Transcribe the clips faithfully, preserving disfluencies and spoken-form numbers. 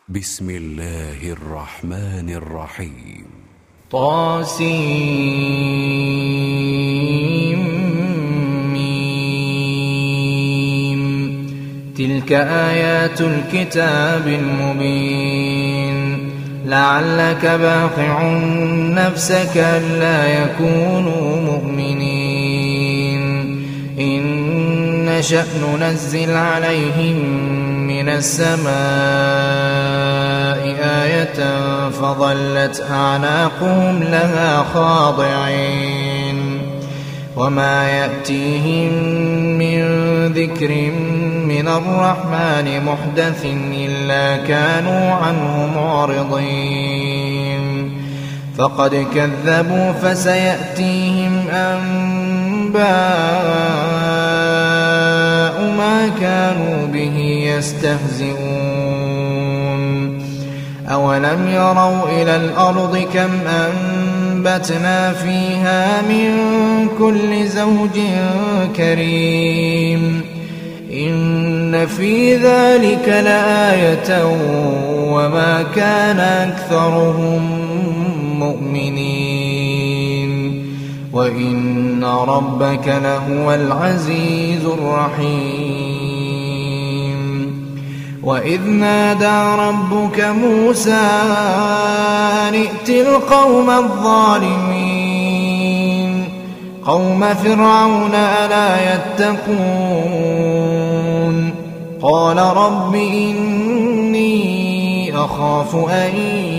بسم الله الرحمن الرحيم. طاسيم ميم. تلك آيات الكتاب المبين. لعلك باخع نفسك ألا يكونوا مؤمنين. إن نشأ ننزل عليهم من السماء آية فظلت أعناقهم لها خاضعين. وما يأتيهم من ذكر من الرحمن محدث إلا كانوا عنه معرضين. فقد كذبوا فسيأتيهم أنباء ما كانوا به يستهزئون. أولم يروا إلى الأرض كم أنبتنا فيها من كل زوج كريم. إن في ذلك لآية وما كان أكثرهم مؤمنين. وإن ربك لهو العزيز الرحيم. وإذ نادى ربك موسى أن ائت القوم الظالمين قوم فرعون ألا يتقون. قال رب إني أخاف أن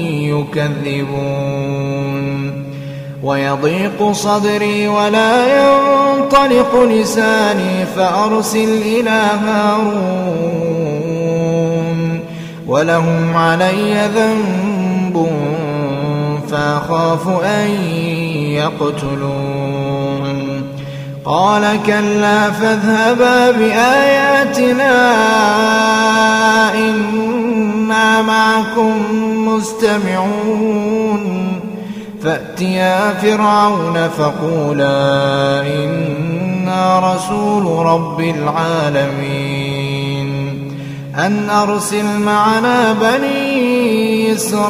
يكذبون. ويضيق صدري ولا ينطلق لساني فأرسل إلى هارون ولهم علي ذنب فأخاف أن يقتلون. قال كلا فاذهبا بآياتنا إنا معكم مستمعون. فأتيا فرعون فقولا إنا رسول رب العالمين أن أرسل معنا بني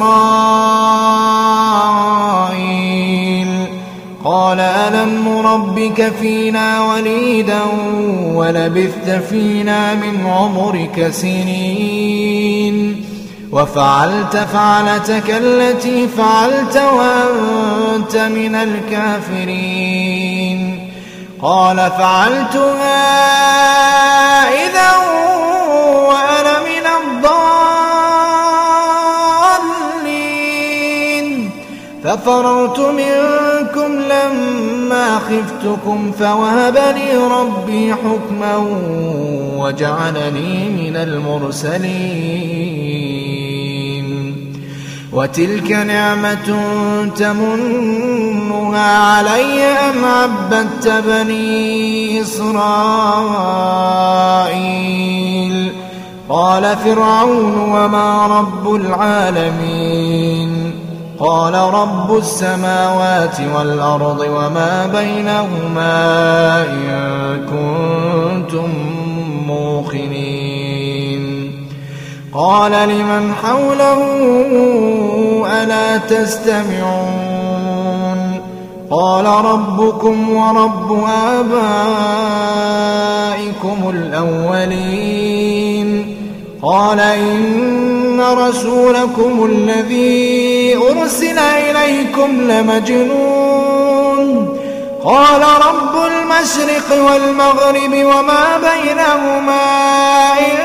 إسرائيل. قال ألم نربك فينا وليدا ولبثت فينا من عمرك سنين وفعلت فعلتك التي فعلت وأنت من الكافرين. قال فعلتها إذا وأنا من الضالين. ففررت منكم لما خفتكم فوهب لي ربي حكما وجعلني من المرسلين. وتلك نعمة تمنها علي أن عبدت بني إسرائيل. قال فرعون وما رب العالمين. قال رب السماوات والأرض وما بينهما إن كنتم موقنين. قال لمن حوله ألا تستمعون. قال ربكم ورب آبائكم الأولين. قال إن رسولكم الذي أرسل إليكم لمجنون. قال رب المشرق والمغرب وما بينهما إن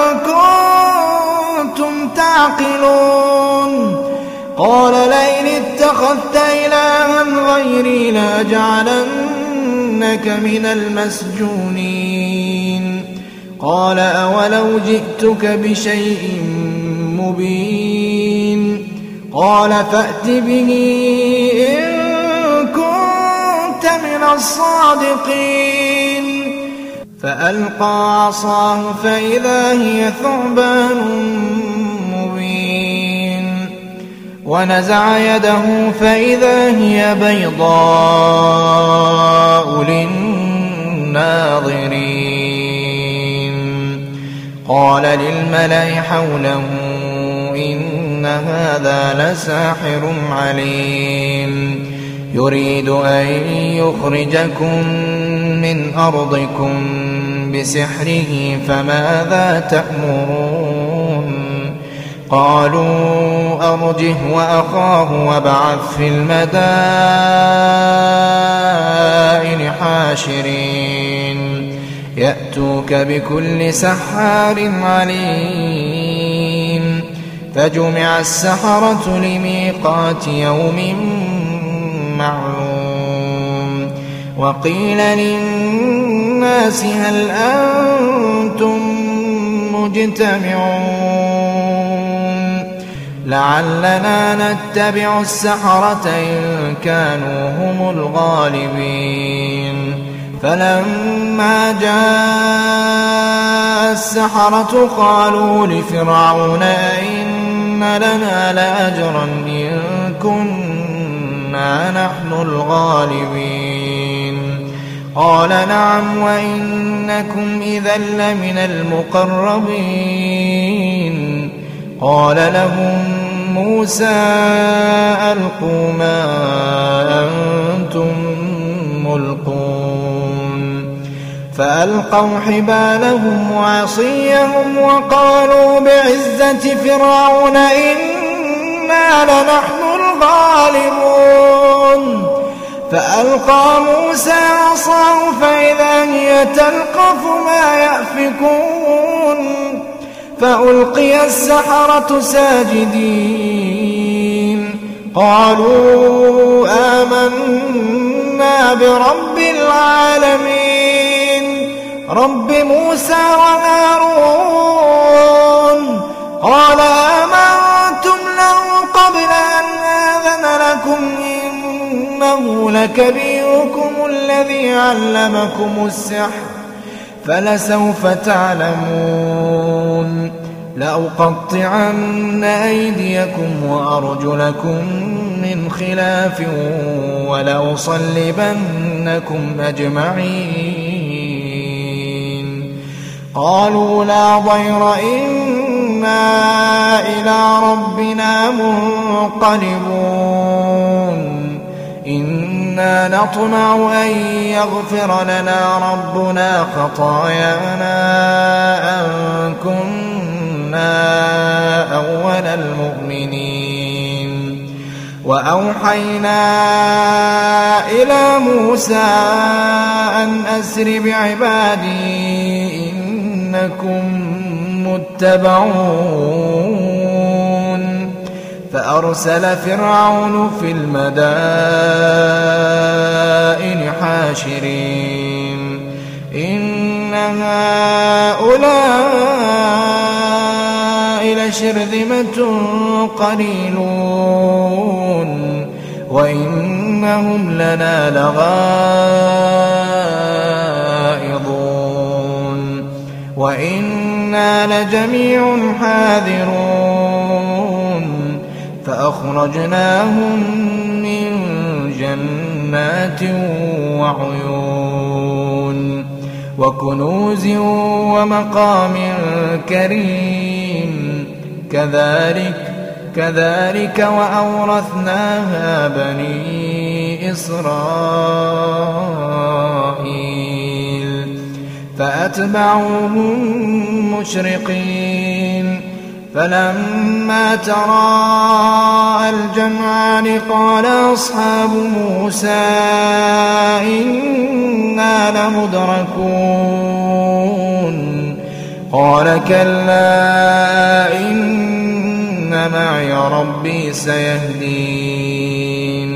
كنتم تعقلون. قال لئن اتخذت إلها غيري لأجعلنك من المسجونين. قال أولو جئتك بشيء مبين. قال فأت به إن كنت من الصادقين. فألقى عصاه فإذا هي ثعبان مبين. ونزع يده فإذا هي بيضاء للناظرين. قال للملأ حوله وإن هذا لساحر عليم يريد أن يخرجكم من أرضكم بسحره فماذا تأمرون قالوا أرجه وأخاه وابعث في المدائن حاشرين يأتوك بكل سحار عليم فجمع السحرة لميقات يوم معلوم وقيل للناس هل أنتم مجتمعون لعلنا نتبع السحرة إن كانوا هم الغالبين فلما جاء السحرة قالوا لفرعون أئن لنا لأجرا إن كنا نحن الغالبين قال نعم وإنكم إذا لمن المقربين قال لهم موسى ألقوا ما أنتم ملقون فألقوا حبالهم وعصيهم وقالوا بعزة فرعون إنا لنحن الغالبون فألقى موسى عصاه فإذا هي تلقف ما يأفكون فألقي السحرة ساجدين قالوا آمنا برب العالمين رب موسى وهارون قال آمنتم له قبل أن آذن لكم إنه لكبيركم الذي علمكم السحر فلسوف تعلمون لأقطعن أيديكم وأرجلكم من خلاف ولأصلبنكم أجمعين قالوا لا ضير إنا إلى ربنا منقلبون إنا نطمع أن يغفر لنا ربنا خطايانا أن كنا أول المؤمنين وأوحينا إلى موسى أن أسر بعبادي إنكم متبعون فأرسل فرعون في المدائن حاشرين إن هؤلاء لشرذمة قليلون وإنهم لنا لغائظون وإنا لجميع حاذرون فأخرجناهم من جنات وعيون وكنوز ومقام كريم كذلك كذلك وأورثناها بني إسرائيل فأتبعوهم مشرقين فلما تراءى الجمعان قال أصحاب موسى إنا لمدركون قال كلا إن معي ربي سيهدين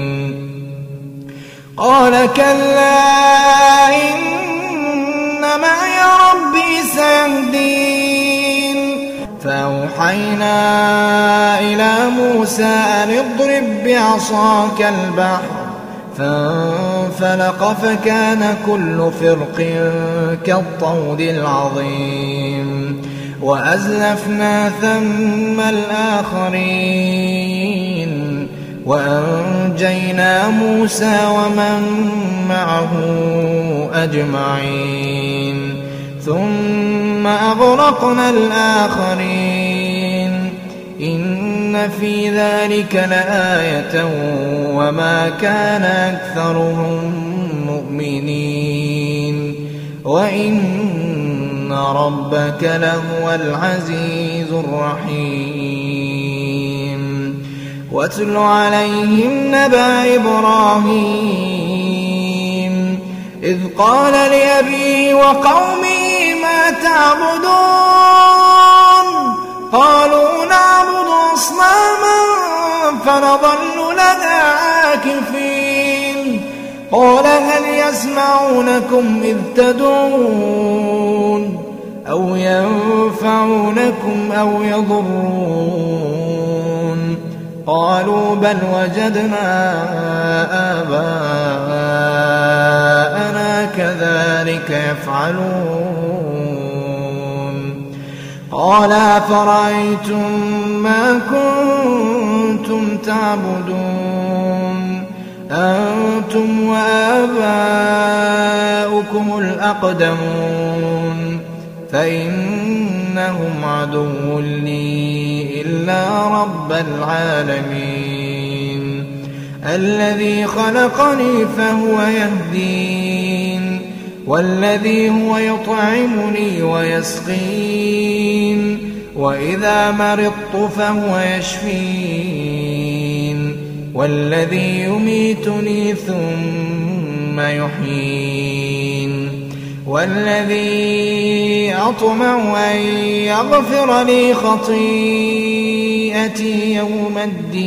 قال كلا إن معي ربي سيهدين فأوحينا إلى موسى أن اضرب بعصاك البحر فانفلق فكان كل فرق كالطود العظيم وأزلفنا ثم الآخرين وأنجينا موسى ومن معه أجمعين ثم أغرقنا الآخرين إن إن في ذلك لآية وما كان أكثرهم مؤمنين وإن ربك لهو العزيز الرحيم واتل عليهم نبأ إبراهيم إذ قال لأبيه وقومه ما تعبدون قالوا نعبد أصناما فنظل لها عاكفين قال هل يسمعونكم إذ تدعون أو ينفعونكم أو يضرون قالوا بل وجدنا آباءنا كذلك يفعلون قال أفرأيتم ما كنتم تعبدون أنتم وآباؤكم الأقدمون فإنهم عدو لي إلا رب العالمين الذي خلقني فهو يهدين والذي هو يطعمني ويسقين وإذا مرضت فهو يشفين والذي يميتني ثم يحيين والذي أطمع أن يغفر لي خطيئتي يوم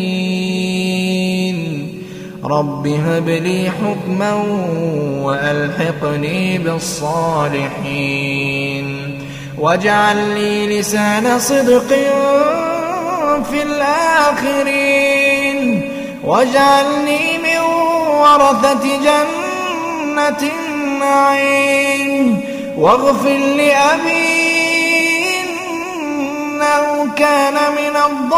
الدين رب هب لي حكما وألحقني بالصالحين واجعل لي لسان صدق في الآخرين واجعلني من ورثة جنة النعيم واغفر لأبي إنه كان من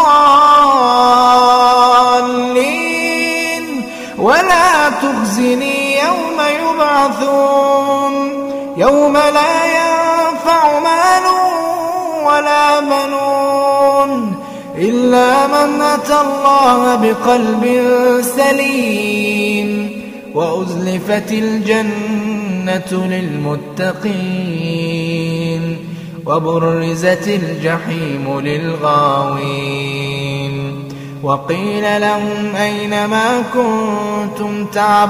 الضالين ولا تخزني يوم يبعثون يوم لا ينفع مال ولا بنون إلا من أتى الله بقلب سليم وأزلفت الجنة للمتقين وبرزت الجحيم للغاوين وقيل لهم أين ما كنتم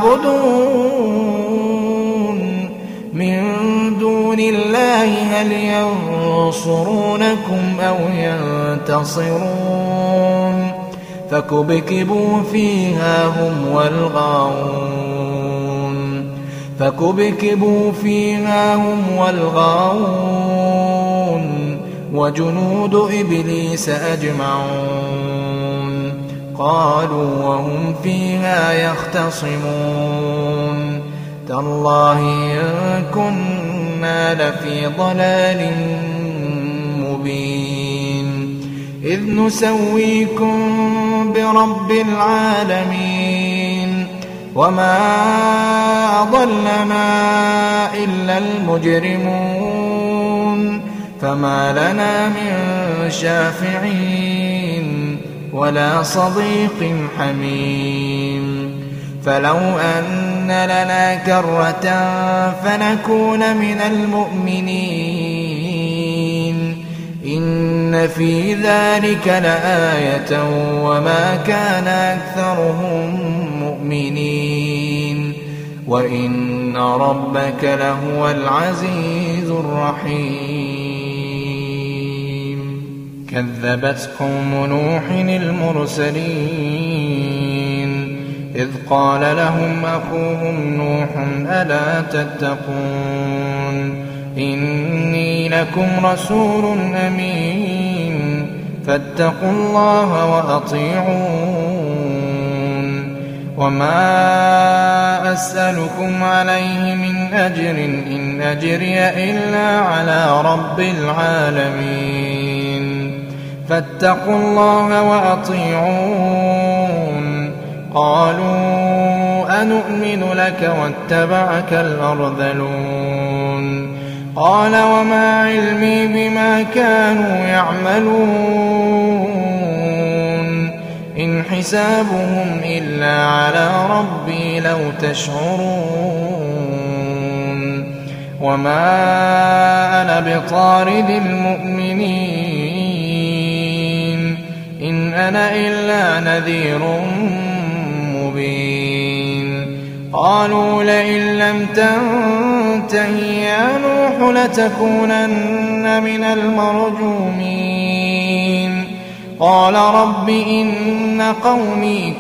تعبدون من دون الله هل ينصرونكم أو ينتصرون فكبكبوا فيها هم والغاوون فكبكبوا فيها هم والغاوون وجنود إبليس أجمعون قالوا وهم فيها يختصمون تالله إن كنا لفي ضلال مبين إذ نسويكم برب العالمين وما أضلنا إلا المجرمون فما لنا من شافعين ولا صديق حميم فلو أن لنا كرة فنكون من المؤمنين إن في ذلك لآية وما كان أكثرهم مؤمنين وإن ربك لهو العزيز الرحيم كذبت قوم نوح المرسلين إذ قال لهم أخوهم نوح ألا تتقون إني لكم رسول أمين فاتقوا الله وأطيعون وما أسألكم عليه من أجر إن أجري إلا على رب العالمين فاتقوا الله وأطيعون قالوا أنؤمن لك واتبعك الأرذلون قال وما علمي بما كانوا يعملون إن حسابهم إلا على ربي لو تشعرون وما أنا بطارد المؤمنين إن أنا إلا نذير مبين قالوا لئن لم تنته يا نوح لتكونن من المرجومين قال رب إن قومي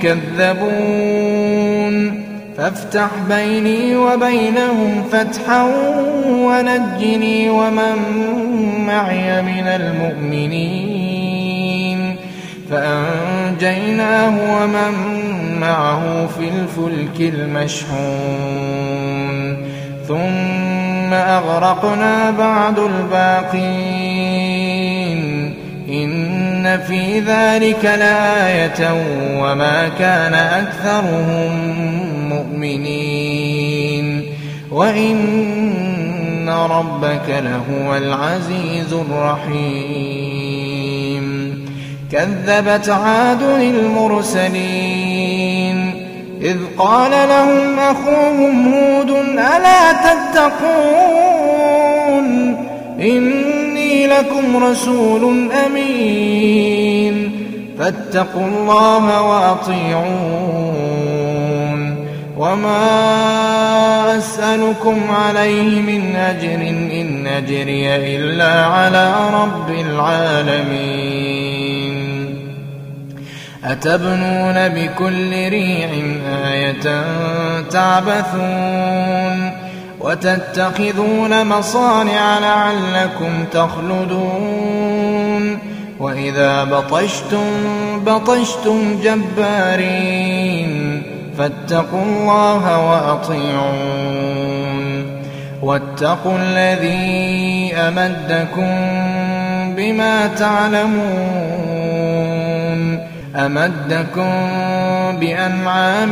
كذبون فافتح بيني وبينهم فتحا ونجني ومن معي من المؤمنين فأنجيناه ومن معه في الفلك المشحون ثم أغرقنا بعد الباقين إن في ذلك لآية وما كان أكثرهم مؤمنين وإن ربك لهو العزيز الرحيم كذبت عاد المرسلين إذ قال لهم أخوهم هود ألا تتقون إني لكم رسول أمين فاتقوا الله وأطيعون وما أسألكم عليه من أجر إن أجري إلا على رب العالمين أتبنون بكل ريع آية تعبثون وتتخذون مصانع لعلكم تخلدون وإذا بطشتم بطشتم جبارين فاتقوا الله وأطيعون واتقوا الذي أمدكم بما تعلمون أمدكم بأنعام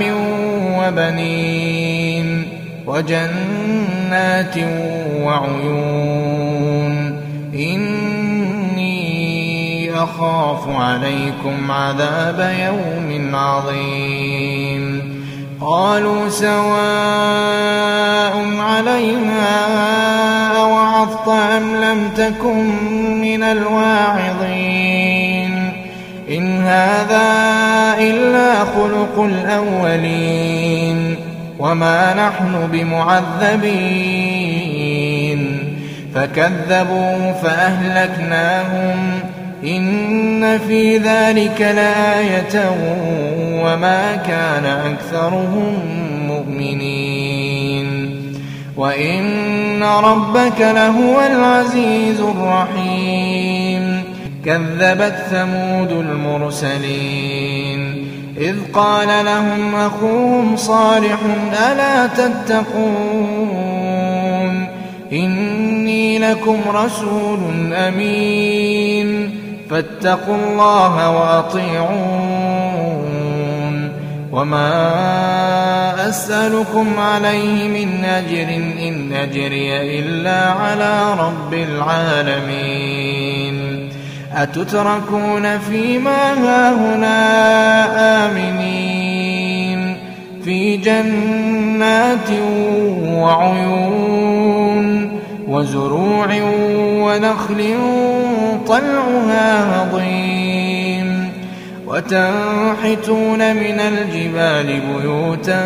وبنين وجنات وعيون إني أخاف عليكم عذاب يوم عظيم قالوا سواء علينا أوعظت أم لم تكن من الواعظين إن هذا إلا خلق الأولين وما نحن بمعذبين فكذبوا فأهلكناهم إن في ذلك لآية وما كان أكثرهم مؤمنين وإن ربك لهو العزيز الرحيم كذبت ثمود المرسلين إذ قال لهم أخوهم صالح ألا تتقون إني لكم رسول أمين فاتقوا الله وأطيعون وما أسألكم عليه من أجر إن أجري إلا على رب العالمين أتتركون فيما هاهنا آمنين في جنات وعيون وزروع ونخل طلعها هضيم وتنحتون من الجبال بيوتا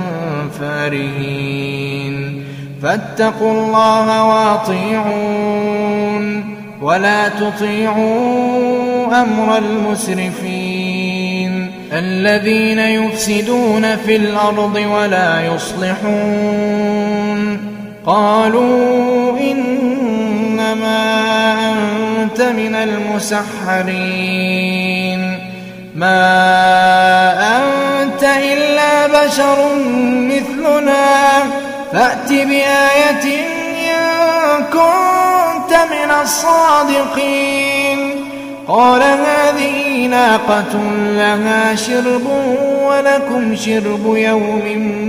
فارهين فاتقوا الله وأطيعون ولا تطيعوا أمر المسرفين الذين يفسدون في الأرض ولا يصلحون قالوا إنما أنت من المسحرين ما أنت إلا بشر مثلنا فأت بآية إن كنت من الصادقين قال هذه ناقة لها شرب ولكم شرب يوم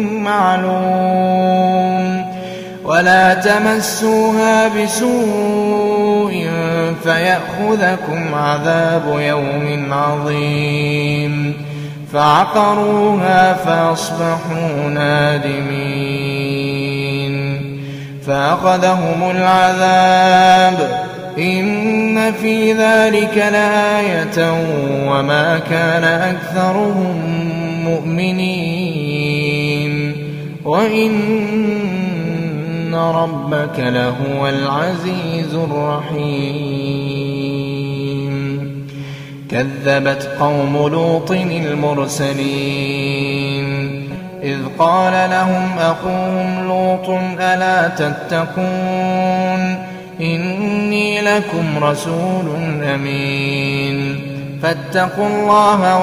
معلوم ولا تمسوها بسوء فيأخذكم عذاب يوم عظيم فعقروها فأصبحوا نادمين فأخذهم العذاب إن في ذلك لآية وما كان أكثرهم مؤمنين وإن ربك لهو العزيز الرحيم كذبت قوم لوط المرسلين إذ قال لهم أخوهم لوط ألا تتقون إني لكم رسول أمين فاتقوا الله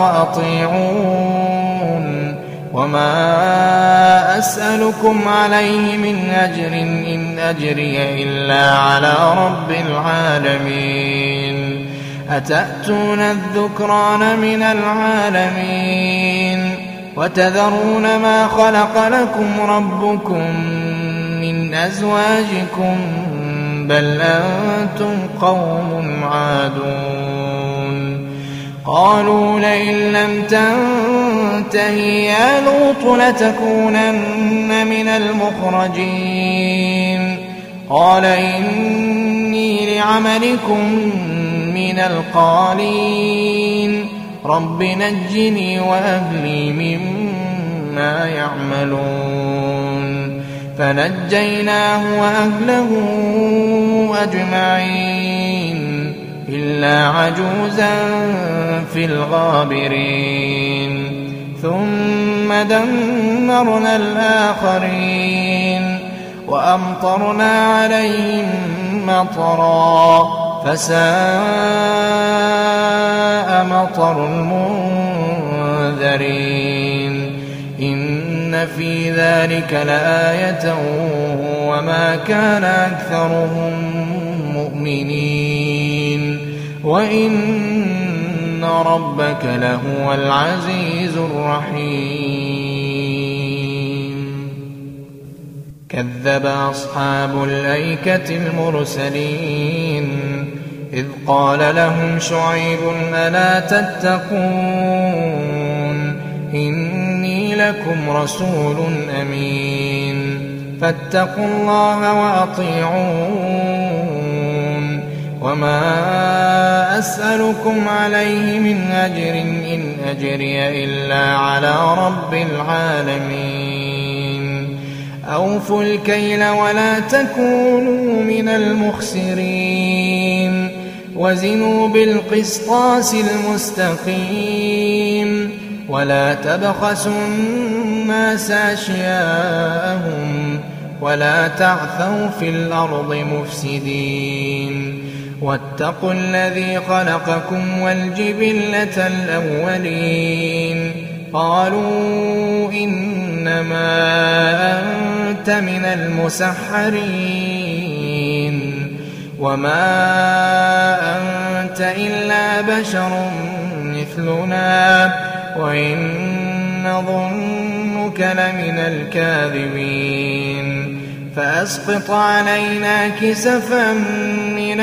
وأطيعون وما أسألكم عليه من أجر إن أجري إلا على رب العالمين أتأتون الذكران من العالمين وتذرون ما خلق لكم ربكم من أزواجكم بل أنتم قوم عادون قالوا لئن لم تنته يا لوط لتكونن من المخرجين قال إني لعملكم من القالين رب نجني وأهلي مما يعملون فنجيناه وأهله أجمعين إلا عجوزا في الغابرين ثم دمرنا الآخرين وأمطرنا عليهم مطرا فساء مطر المنذرين إن في ذلك لآية وما كان أكثرهم مؤمنين وإن ربك لهو العزيز الرحيم كذب أصحاب الأيكة المرسلين إذ قال لهم شعيب ألا تتقون إني لكم رسول أمين فاتقوا الله وأطيعون وما أسألكم عليه من أجر إن أجري إلا على رب العالمين أوفوا الكيل ولا تكونوا من المخسرين وزنوا بالقسطاس المستقيم ولا تبخسوا الناس أشياءهم ولا تعثوا في الأرض مفسدين واتقوا الذي خلقكم والجبلة الأولين قالوا إنما أنت من المسحرين وما أنت إلا بشر مثلنا وإن نظنك لمن الكاذبين فأسقط علينا كسفا من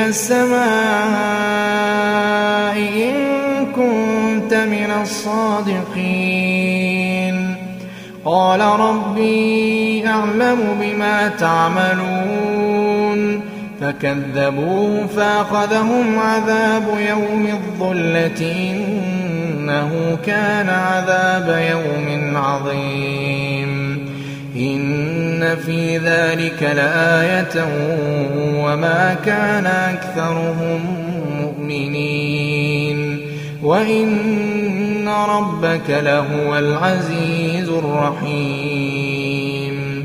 السماء إن كنت من الصادقين قال ربي أعلم بما تعملون فكذبوه فأخذهم عذاب يوم الظلة إنه كان عذاب يوم عظيم إن في ذلك لآية وما كان أكثرهم مؤمنين وإن ربك لهو العزيز الرحيم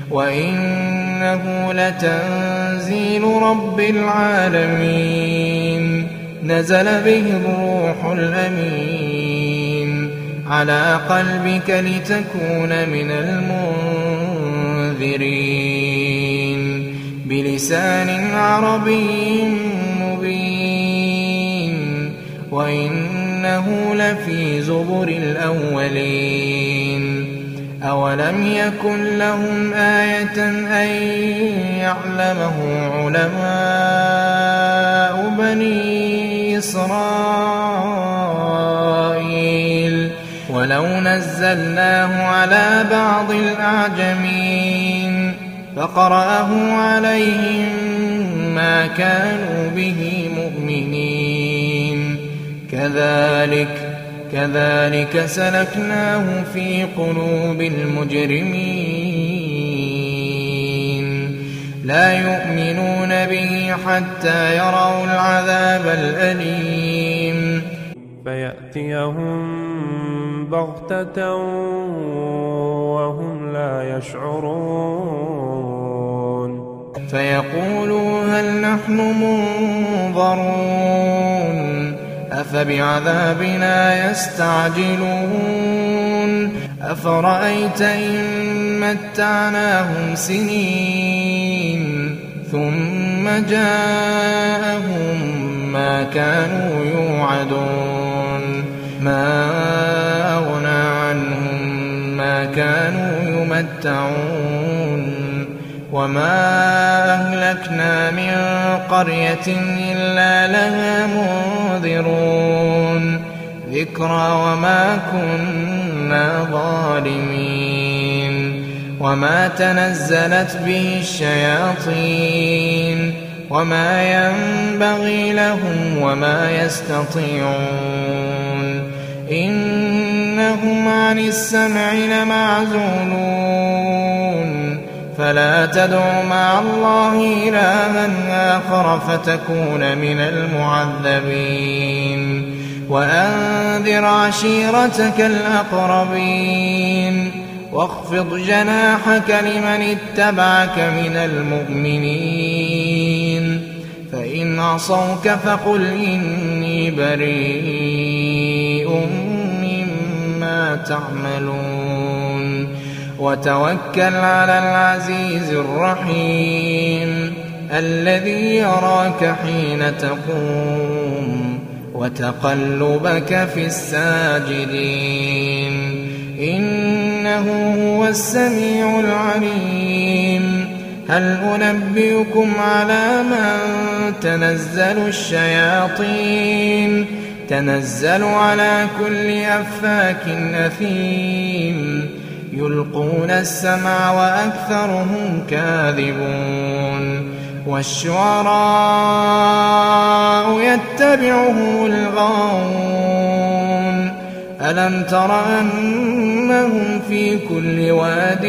وإنه لتنزيل رب العالمين نزل به الروح الأمين على قلبك لتكون من المنذرين بلسان عربي مبين وإنه لفي زبر الأولين أولم يكن لهم آية أن يعلمه علماء بني إسرائيل ولو ونزلناه على بعض الأعجمين فقرأه عليهم ما كانوا به مؤمنين كذلك كذلك سلكناه في قلوب المجرمين لا يؤمنون به حتى يروا العذاب الأليم فيأتيهم بغتة وهم لا يشعرون فيقولوا هل نحن منظرون أفبعذابنا يستعجلون أفرأيت إن متعناهم سنين ثم جاءهم ما كانوا يوعدون ما أغنى عنهم ما كانوا يمتعون وما أهلكنا من قرية إلا لها منذرون ذكرى وما كنا ظالمين وما تنزلت به الشياطين وما ينبغي لهم وما يستطيعون إنهم عن السمع لمعزولون فلا تدع مع الله إلها آخر فتكون من المعذبين وأنذر عشيرتك الأقربين واخفض جناحك لمن اتبعك من المؤمنين فإن عصوك فقل إني بريء مما تعملون وتوكل على العزيز الرحيم الذي يراك حين تقوم وتقلبك في الساجدين إنه هو السميع العليم هل أنبئكم على من تنزل الشياطين تنزل على كل أفاك أثيم يلقون السمع وأكثرهم كاذبون والشعراء يتبعهم الغاوون ألم تر أنهم في كل واد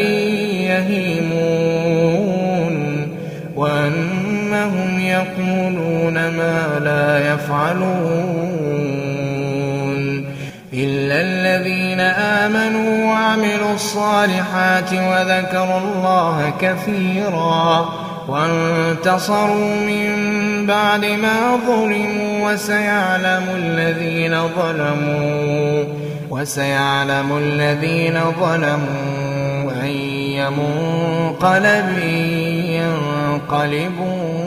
يهيمون وأنهم يقولون ما لا يفعلون إلا الذين آمنوا وعملوا الصالحات وذكروا الله كثيرا وانتصروا من بعد ما ظلموا وسيعلم الذين ظلموا وسيعلم الذين ظلموا أي منقلب ينقلبون